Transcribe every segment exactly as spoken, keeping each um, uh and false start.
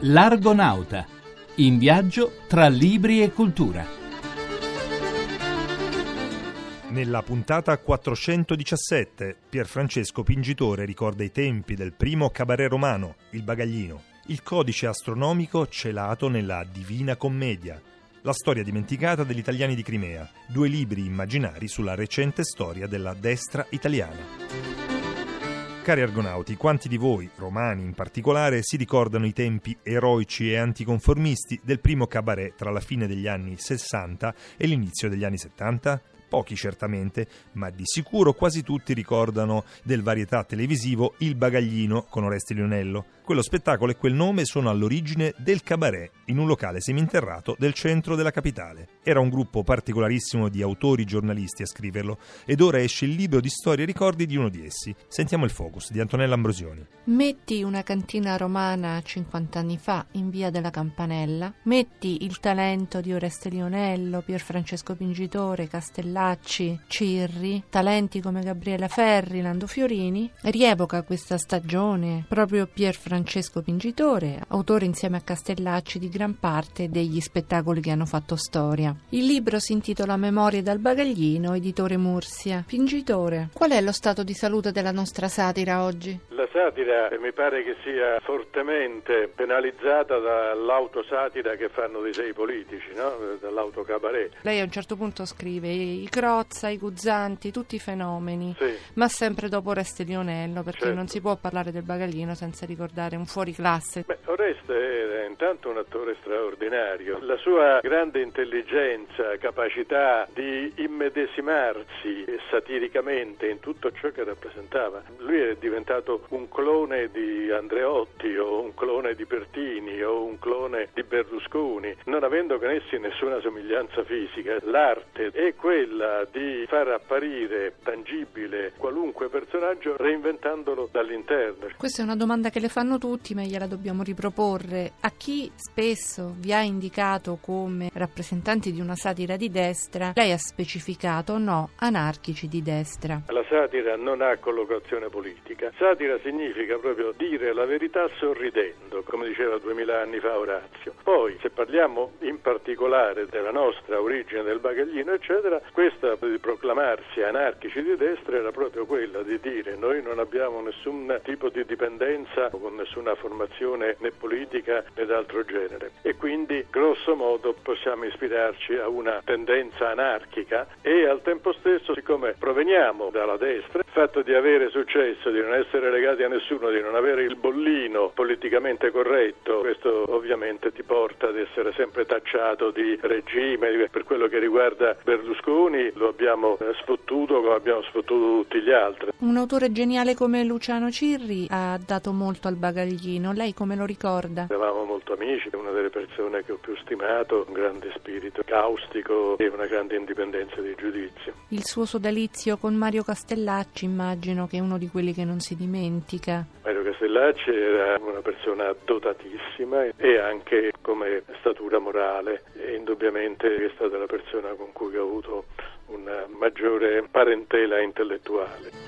L'Argonauta, in viaggio tra libri e cultura. Nella puntata quattrocentodiciassette, Pierfrancesco Pingitore ricorda i tempi del primo cabaret romano, il Bagaglino, il codice astronomico celato nella Divina Commedia, la storia dimenticata degli italiani di Crimea, due libri immaginari sulla recente storia della destra italiana. Cari argonauti, quanti di voi, romani in particolare, si ricordano i tempi eroici e anticonformisti del primo cabaret tra la fine degli anni sessanta e l'inizio degli anni settanta? Pochi certamente, ma di sicuro quasi tutti ricordano del varietà televisivo Il Bagaglino con Oreste Lionello. Quello spettacolo e quel nome sono all'origine del cabaret, in un locale seminterrato del centro della capitale. Era un gruppo particolarissimo di autori giornalisti a scriverlo, ed ora esce il libro di storie e ricordi di uno di essi. Sentiamo il focus di Antonella Ambrosioni. Metti una cantina romana cinquanta anni fa in via della Campanella, metti il talento di Oreste Lionello, Pierfrancesco Pingitore, Castellacci, Cirri, talenti come Gabriela Ferri, Lando Fiorini, rievoca questa stagione proprio Pierfrancesco Pingitore, autore insieme a Castellacci di gran parte degli spettacoli che hanno fatto storia. Il libro si intitola Memorie dal Bagaglino, editore Mursia. Pingitore, qual è lo stato di salute della nostra satira oggi? La satira mi pare che sia fortemente penalizzata dall'autosatira che fanno dei sei politici, no? Dall'autocabaret. Lei a un certo punto scrive i Crozza, i Guzzanti, tutti i fenomeni, sì, ma sempre dopo Oreste Lionello, perché certo, non si può parlare del Bagaglino senza ricordare un fuoriclasse. Beh, Oreste era intanto un attore straordinario. La sua grande intelligenza, capacità di immedesimarsi satiricamente in tutto ciò che rappresentava. Lui è diventato un clone di Andreotti o un clone di Pertini o un clone di Berlusconi, non avendo con essi nessuna somiglianza fisica. L'arte è quella di far apparire tangibile qualunque personaggio reinventandolo dall'interno. Questa è una domanda che le fanno tutti, ma gliela dobbiamo riproporre. A chi spesso vi ha indicato come rappresentanti di una satira di destra, lei ha specificato no, anarchici di destra. La satira non ha collocazione politica. Satira significa proprio dire la verità sorridendo, come diceva duemila anni fa Orazio. Poi, se parliamo in particolare della nostra origine del Bagaglino, eccetera, questa di proclamarsi anarchici di destra era proprio quella di dire noi non abbiamo nessun tipo di dipendenza con nessuna formazione né politica né d'altro genere, e quindi grosso modo possiamo ispirarci a una tendenza anarchica, e al tempo stesso, siccome proveniamo dalla destra, il fatto di avere successo, di non essere legati a nessuno, di non avere il bollino politicamente corretto, questo ovviamente ti porta ad essere sempre tacciato di regime. Per quello che riguarda Berlusconi lo abbiamo sfottuto come abbiamo sfottuto tutti gli altri. Un autore geniale come Luciano Cirri ha dato molto al Bagaglino, lei come lo ricorda? Eravamo molto amici, è una delle persone che ho più stimato, un grande spirito caustico e una grande indipendenza di giudizio. Il suo sodalizio con Mario Castellacci immagino che è uno di quelli che non si dimentica. Mario Castellacci era una persona dotatissima e anche come statura morale, e indubbiamente è stata la persona con cui ho avuto una maggiore parentela intellettuale.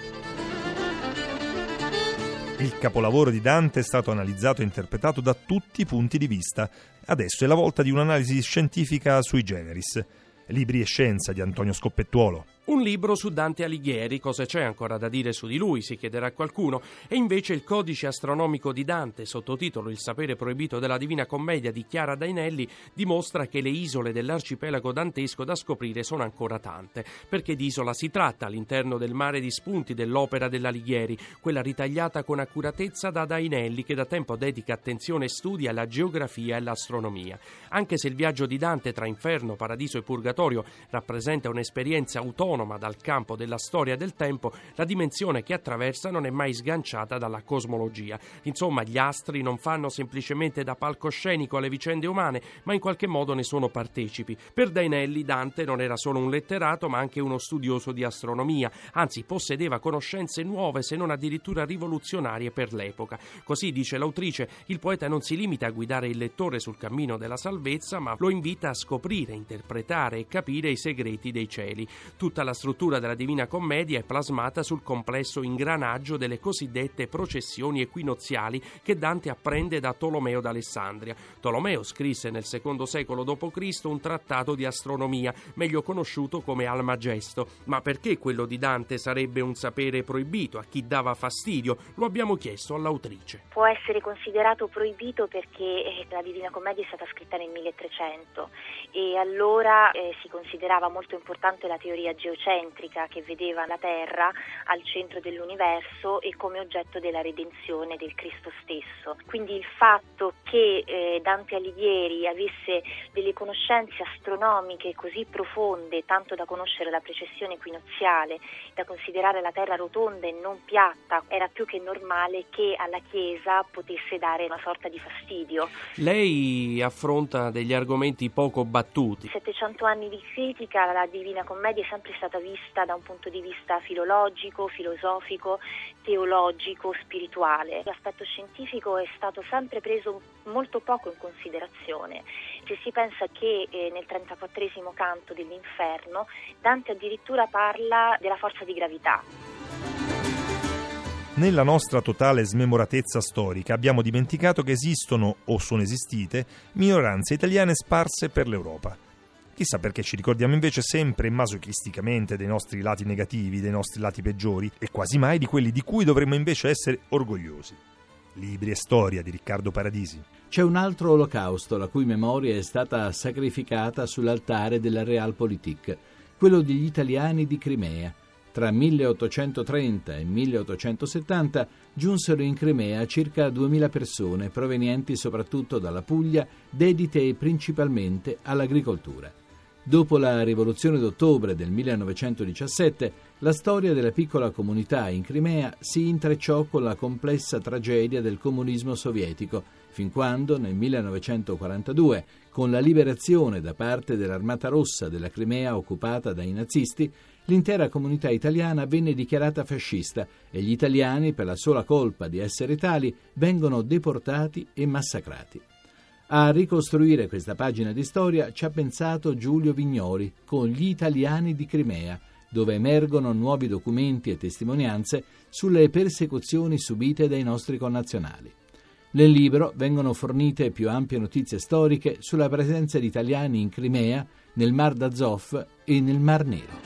Il capolavoro di Dante è stato analizzato e interpretato da tutti i punti di vista. Adesso è la volta di un'analisi scientifica sui generis. Libri e scienza di Antonio Scoppettuolo. Un libro su Dante Alighieri, cosa c'è ancora da dire su di lui, si chiederà qualcuno, e invece il codice astronomico di Dante, sottotitolo Il sapere proibito della Divina Commedia di Chiara Dainelli, dimostra che le isole dell'arcipelago dantesco da scoprire sono ancora tante. Perché di isola si tratta all'interno del mare di spunti dell'opera dell'Alighieri, quella ritagliata con accuratezza da Dainelli, che da tempo dedica attenzione e studi alla geografia e all'astronomia. Anche se il viaggio di Dante tra inferno, paradiso e purgatorio rappresenta un'esperienza autonoma dal campo della storia del tempo, la dimensione che attraversa non è mai sganciata dalla cosmologia. Insomma, gli astri non fanno semplicemente da palcoscenico alle vicende umane, ma in qualche modo ne sono partecipi. Per Dainelli, Dante non era solo un letterato, ma anche uno studioso di astronomia, anzi possedeva conoscenze nuove, se non addirittura rivoluzionarie per l'epoca. Così, dice l'autrice, il poeta non si limita a guidare il lettore sul cammino della salvezza, ma lo invita a scoprire, interpretare e capire i segreti dei cieli. Tutta la la struttura della Divina Commedia è plasmata sul complesso ingranaggio delle cosiddette processioni equinoziali che Dante apprende da Tolomeo d'Alessandria. Tolomeo scrisse nel secondo secolo dopo Cristo un trattato di astronomia, meglio conosciuto come Almagesto. Ma perché quello di Dante sarebbe un sapere proibito? A chi dava fastidio? Lo abbiamo chiesto all'autrice. Può essere considerato proibito perché la Divina Commedia è stata scritta nel milletrecento e allora eh, si considerava molto importante la teoria geocentrica che vedeva la Terra al centro dell'universo e come oggetto della redenzione del Cristo stesso. Quindi il fatto che eh, Dante Alighieri avesse delle conoscenze astronomiche così profonde, tanto da conoscere la precessione equinoziale, da considerare la Terra rotonda e non piatta, era più che normale che alla Chiesa potesse dare una sorta di fastidio. Lei affronta degli argomenti poco battuti. settecento anni di critica, la Divina Commedia è sempre stata vista da un punto di vista filologico, filosofico, teologico, spirituale. L'aspetto scientifico è stato sempre preso molto poco in considerazione. Se si pensa che eh, nel trentaquattresimo canto dell'Inferno Dante addirittura parla della forza di gravità. Nella nostra totale smemoratezza storica abbiamo dimenticato che esistono, o sono esistite, minoranze italiane sparse per l'Europa. Chissà perché ci ricordiamo invece sempre masochisticamente dei nostri lati negativi, dei nostri lati peggiori, e quasi mai di quelli di cui dovremmo invece essere orgogliosi. Libri e storia di Riccardo Paradisi. C'è un altro olocausto la cui memoria è stata sacrificata sull'altare della Realpolitik, quello degli italiani di Crimea. Tra milleottocentotrenta e milleottocentosettanta giunsero in Crimea circa duemila persone provenienti soprattutto dalla Puglia, dedite principalmente all'agricoltura. Dopo la rivoluzione d'ottobre del millenovecentodiciassette, la storia della piccola comunità in Crimea si intrecciò con la complessa tragedia del comunismo sovietico, fin quando nel millenovecentoquarantadue, con la liberazione da parte dell'Armata Rossa della Crimea occupata dai nazisti, l'intera comunità italiana venne dichiarata fascista e gli italiani, per la sola colpa di essere tali, vengono deportati e massacrati. A ricostruire questa pagina di storia ci ha pensato Giulio Vignoli con Gli italiani di Crimea, dove emergono nuovi documenti e testimonianze sulle persecuzioni subite dai nostri connazionali. Nel libro vengono fornite più ampie notizie storiche sulla presenza di italiani in Crimea, nel Mar d'Azov e nel Mar Nero.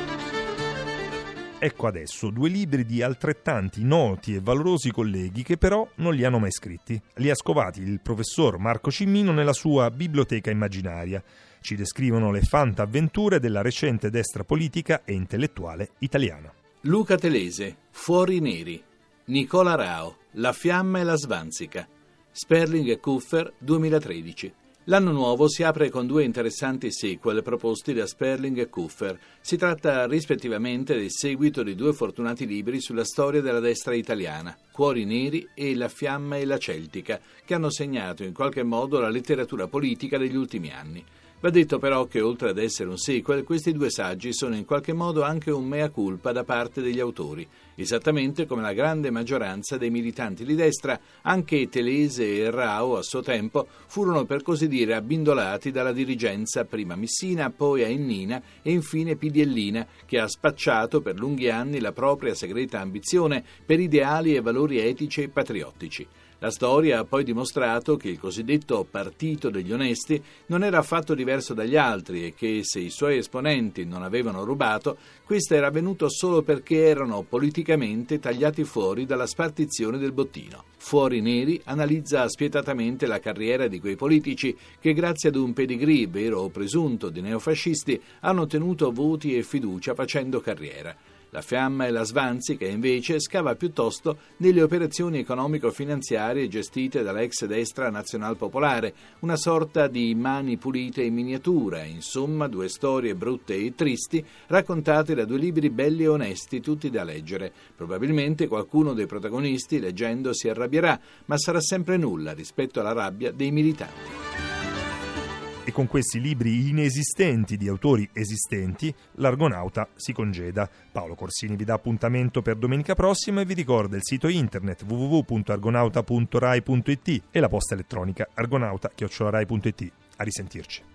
Ecco adesso due libri di altrettanti noti e valorosi colleghi che però non li hanno mai scritti. Li ha scovati il professor Marco Cimmino nella sua Biblioteca Immaginaria. Ci descrivono le fantaavventure della recente destra politica e intellettuale italiana. Luca Telese, Fuori Neri. Nicola Rao, La fiamma e la svanzica. Sperling e Kuffer, duemilatredici. L'anno nuovo si apre con due interessanti sequel proposti da Sperling e Kuffer. Si tratta rispettivamente del seguito di due fortunati libri sulla storia della destra italiana, Cuori Neri e La fiamma e la celtica, che hanno segnato in qualche modo la letteratura politica degli ultimi anni. Va detto però che oltre ad essere un sequel, questi due saggi sono in qualche modo anche un mea culpa da parte degli autori, esattamente come la grande maggioranza dei militanti di destra. Anche Telese e Rao a suo tempo furono per così dire abbindolati dalla dirigenza prima missina, poi aennina e infine pidiellina, che ha spacciato per lunghi anni la propria segreta ambizione per ideali e valori etici e patriottici. La storia ha poi dimostrato che il cosiddetto partito degli onesti non era affatto diverso dagli altri e che se i suoi esponenti non avevano rubato, questo era avvenuto solo perché erano politicamente tagliati fuori dalla spartizione del bottino. Fuori Neri analizza spietatamente la carriera di quei politici che grazie ad un pedigree, vero o presunto, di neofascisti hanno ottenuto voti e fiducia facendo carriera. La fiamma e la svanzica invece scava piuttosto nelle operazioni economico-finanziarie gestite dalla ex destra nazionalpopolare, una sorta di Mani pulite in miniatura, insomma due storie brutte e tristi raccontate da due libri belli e onesti tutti da leggere. Probabilmente qualcuno dei protagonisti leggendo si arrabbierà, ma sarà sempre nulla rispetto alla rabbia dei militanti. E con questi libri inesistenti di autori esistenti, l'Argonauta si congeda. Paolo Corsini vi dà appuntamento per domenica prossima e vi ricorda il sito internet w w w punto argonauta punto rai punto it e la posta elettronica argonauta chiocciola rai punto it. A risentirci.